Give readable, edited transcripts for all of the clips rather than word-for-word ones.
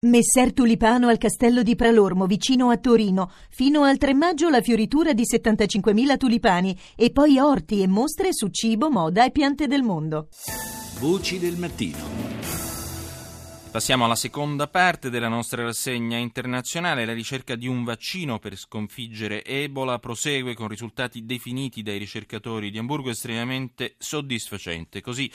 Messer Tulipano al castello di Pralormo, vicino a Torino. Fino al 3 maggio la fioritura di 75.000 tulipani e poi orti e mostre su cibo, moda e piante del mondo. Voci del mattino. Passiamo alla seconda parte della nostra rassegna internazionale. La ricerca di un vaccino per sconfiggere Ebola prosegue con risultati definiti dai ricercatori di Amburgo estremamente soddisfacenti. Così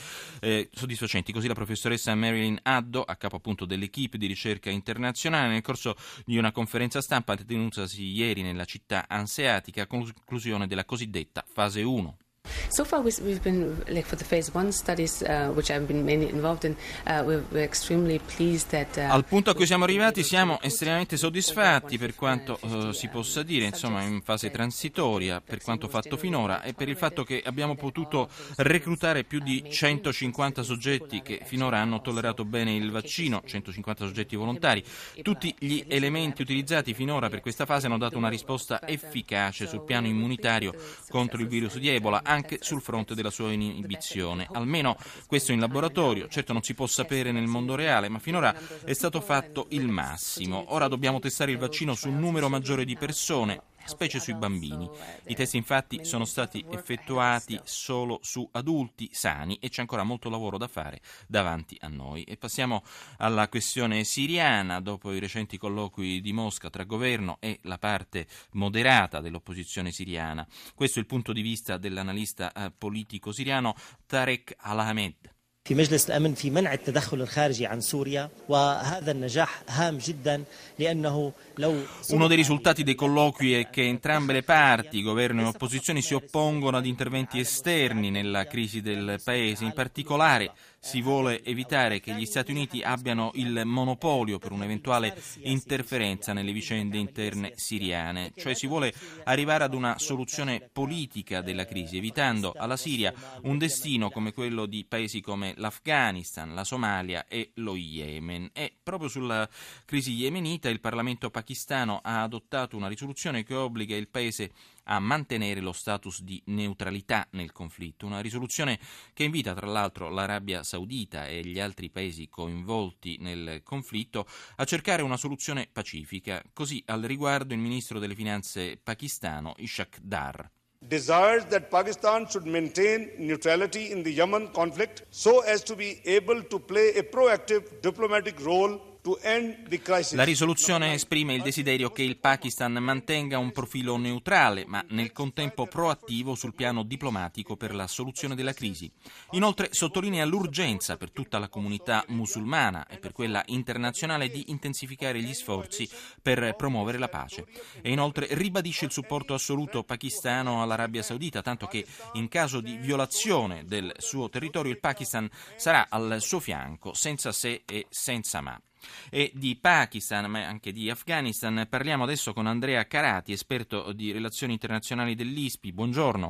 la professoressa Marilyn Addo, a capo appunto dell'equipe di ricerca internazionale, nel corso di una conferenza stampa tenutasi ieri nella città anseatica a conclusione della cosiddetta fase 1. So far, we've been for the phase 1 studies, which I've been mainly involved in. We're extremely pleased that. Al punto a cui siamo arrivati siamo estremamente soddisfatti per quanto si possa dire, insomma, in fase transitoria, per quanto fatto finora e per il fatto che abbiamo potuto reclutare più di 150 soggetti che finora hanno tollerato bene il vaccino, 150 soggetti volontari. Tutti gli elementi utilizzati finora per questa fase hanno dato una risposta efficace sul piano immunitario contro il virus di Ebola, anche sul fronte della sua inibizione. Almeno questo in laboratorio. Certo non si può sapere nel mondo reale, ma finora è stato fatto il massimo. Ora dobbiamo testare il vaccino su un numero maggiore di persone, specie sui bambini. I test infatti sono stati effettuati solo su adulti sani e c'è ancora molto lavoro da fare davanti a noi. E passiamo alla questione siriana. Dopo i recenti colloqui di Mosca tra governo e la parte moderata dell'opposizione siriana. Questo è il punto di vista dell'analista politico siriano Tarek Al-Ahmed. في مجلس الأمن في منع التدخل الخارجي عن سوريا وهذا النجاح هام جدا لأنه لو Uno dei risultati dei colloqui è che entrambe le parti, governo e opposizione, si oppongono ad interventi esterni nella crisi del paese. In particolare si vuole evitare che gli Stati Uniti abbiano il monopolio per un'eventuale interferenza nelle vicende interne siriane, cioè si vuole arrivare ad una soluzione politica della crisi, evitando alla Siria un destino come quello di paesi come l'Afghanistan, la Somalia e lo Yemen. E proprio sulla crisi yemenita il Parlamento pakistano ha adottato una risoluzione che obbliga il paese a mantenere lo status di neutralità nel conflitto, una risoluzione che invita tra l'altro l'Arabia Saudita e gli altri paesi coinvolti nel conflitto a cercare una soluzione pacifica. Così al riguardo il ministro delle finanze pakistano Ishaq Dar desires that Pakistan should maintain neutrality in the Yemen conflict so as to be able to play a proactive diplomatic role to end the crisis. La risoluzione esprime il desiderio che il Pakistan mantenga un profilo neutrale, ma nel contempo proattivo sul piano diplomatico per la soluzione della crisi. Inoltre sottolinea l'urgenza per tutta la comunità musulmana e per quella internazionale di intensificare gli sforzi per promuovere la pace. E inoltre ribadisce il supporto assoluto pakistano all'Arabia Saudita, tanto che in caso di violazione del suo territorio il Pakistan sarà al suo fianco, senza se e senza ma. E di Pakistan, ma anche di Afghanistan, parliamo adesso con Andrea Carati, esperto di relazioni internazionali dell'ISPI. Buongiorno.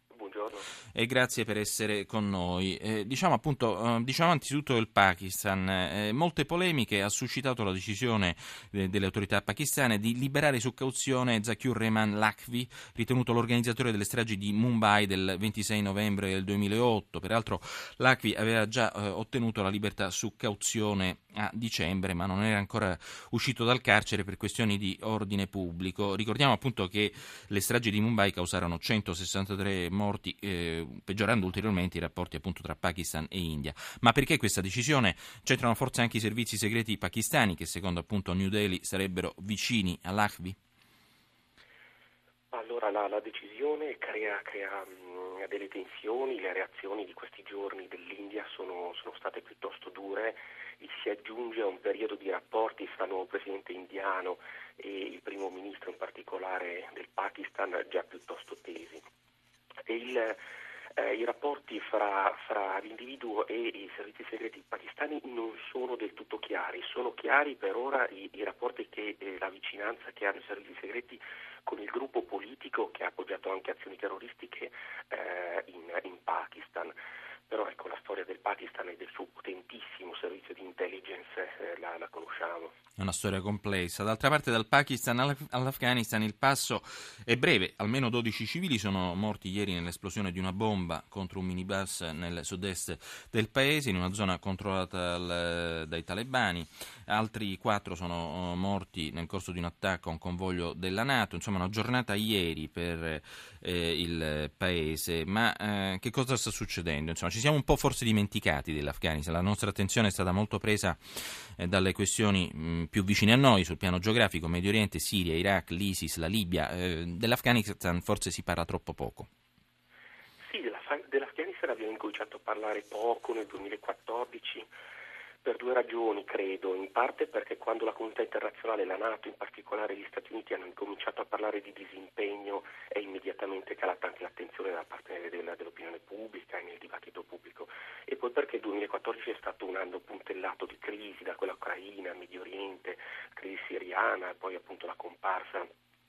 E grazie per essere con noi. Diciamo anzitutto il Pakistan. Molte polemiche ha suscitato la decisione delle autorità pakistane di liberare su cauzione Zakir Rehman Lakhvi, ritenuto l'organizzatore delle stragi di Mumbai del 26 novembre del 2008. Peraltro Lakhvi aveva già ottenuto la libertà su cauzione a dicembre, ma non era ancora uscito dal carcere per questioni di ordine pubblico. Ricordiamo appunto che le stragi di Mumbai causarono 163 morti, peggiorando ulteriormente i rapporti appunto tra Pakistan e India. Ma perché questa decisione? C'entrano forse anche i servizi segreti pakistani che secondo appunto New Delhi sarebbero vicini all'Lakhvi? Allora la decisione crea delle tensioni, le reazioni di questi giorni dell'India sono state piuttosto dure, si aggiunge a un periodo di rapporti fra il nuovo presidente indiano e il primo ministro in particolare del Pakistan già piuttosto tesi. E i rapporti fra l'individuo e i servizi segreti pakistani non sono del tutto chiari. Sono chiari per ora i rapporti la vicinanza che hanno i servizi segreti con il gruppo politico che ha appoggiato anche azioni terroristiche in Pakistan. però ecco, la storia del Pakistan e del suo potentissimo servizio di intelligence la conosciamo. È una storia complessa. D'altra parte, dal Pakistan all'Afghanistan il passo è breve. Almeno 12 civili sono morti ieri nell'esplosione di una bomba contro un minibus nel sud-est del paese, in una zona controllata dai talebani. Altri 4 sono morti nel corso di un attacco a un convoglio della NATO. Insomma, una giornata ieri per il paese. Ma che cosa sta succedendo? Insomma, ci siamo un po' forse dimenticati dell'Afghanistan. La nostra attenzione è stata molto presa dalle questioni più vicine a noi sul piano geografico: Medio Oriente, Siria, Iraq, l'ISIS, la Libia. Dell'Afghanistan forse si parla troppo poco. Sì, dell'Afghanistan abbiamo incominciato a parlare poco nel 2014 per 2 ragioni, credo. In parte perché quando la comunità internazionale, la NATO, in particolare gli Stati Uniti, hanno incominciato a parlare di disimpegno, è immediatamente calata anche l'attenzione da parte dell'opinione pubblica e nel dibattito pubblico. E poi perché il 2014 è stato un anno puntellato di crisi, da quella ucraina, Medio Oriente, crisi siriana, poi appunto la comparsa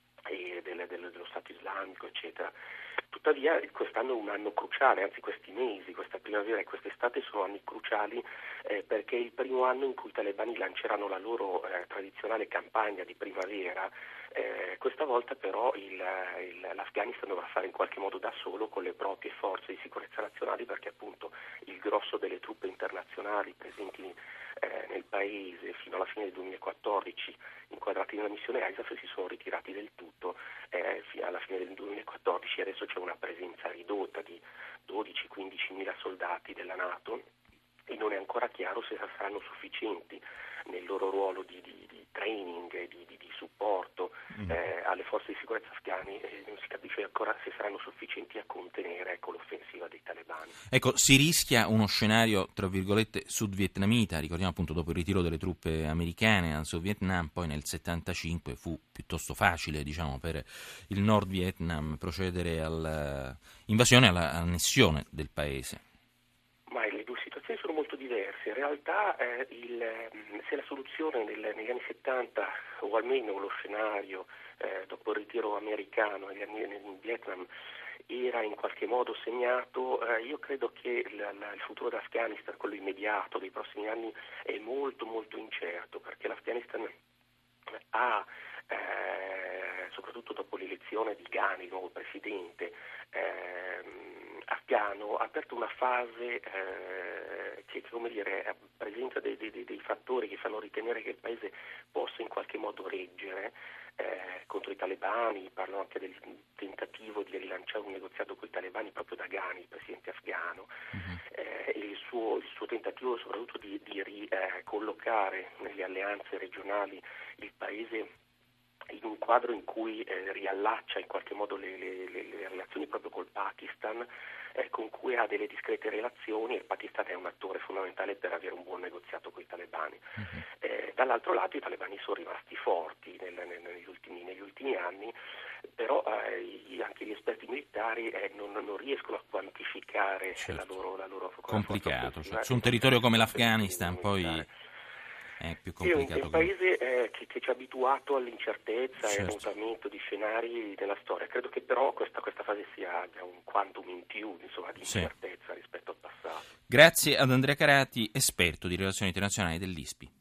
dello Stato islamico, eccetera. Tuttavia quest'anno è un anno cruciale, anzi questi mesi, questa primavera e quest'estate sono anni cruciali perché è il primo anno in cui i talebani lanceranno la loro tradizionale campagna di primavera. Questa volta però l'Afghanistan dovrà fare in qualche modo da solo con le proprie forze di sicurezza nazionali, perché appunto il grosso delle truppe internazionali presenti nel paese fino alla fine del 2014 inquadrati nella missione ISAF si sono ritirati del tutto alla fine del 2014 e adesso c'è una presenza ridotta di 12-15 mila soldati della NATO e non è ancora chiaro se saranno sufficienti nel loro ruolo di training e di supporto alle forze di sicurezza afghane. Non si capisce ancora se saranno sufficienti a contenere l'offensiva dei talebani. Ecco, si rischia uno scenario, tra virgolette, sud-vietnamita. Ricordiamo appunto dopo il ritiro delle truppe americane dal Sud Vietnam, poi nel 75 fu piuttosto facile, diciamo, per il Nord Vietnam procedere all'invasione e all'annessione del paese. Ma le due situazioni sono molto diverse. In realtà se la soluzione negli anni 70, o almeno lo scenario dopo il ritiro americano in Vietnam, era in qualche modo segnato, io credo che il futuro dell'Afghanistan, quello immediato dei prossimi anni, è molto molto incerto, perché l'Afghanistan ha, soprattutto dopo l'elezione di Ghani, il nuovo presidente afghano, ha aperto una fase che, come dire, presenta dei fattori che fanno ritenere che il paese possa in qualche modo reggere contro i talebani. Parlo anche del tentativo di rilanciare un negoziato con i talebani proprio da Ghani, il presidente afghano, e il suo tentativo soprattutto di ricollocare nelle alleanze regionali il paese in un quadro in cui riallaccia in qualche modo le relazioni proprio col Pakistan, con cui ha delle discrete relazioni, e il Pakistan è un attore fondamentale per avere un buon negoziato con i talebani. Dall'altro lato i talebani sono rimasti forti negli ultimi anni, però anche gli esperti militari non riescono a quantificare la loro complicato, su un territorio come l'Afghanistan poi è più complicato. È un paese che ci ha abituato all'incertezza e al mutamento di scenari nella storia. Credo che però questa fase abbia un quantum in più, insomma, di incertezza rispetto al passato. Grazie ad Andrea Carati, esperto di relazioni internazionali dell'ISPI.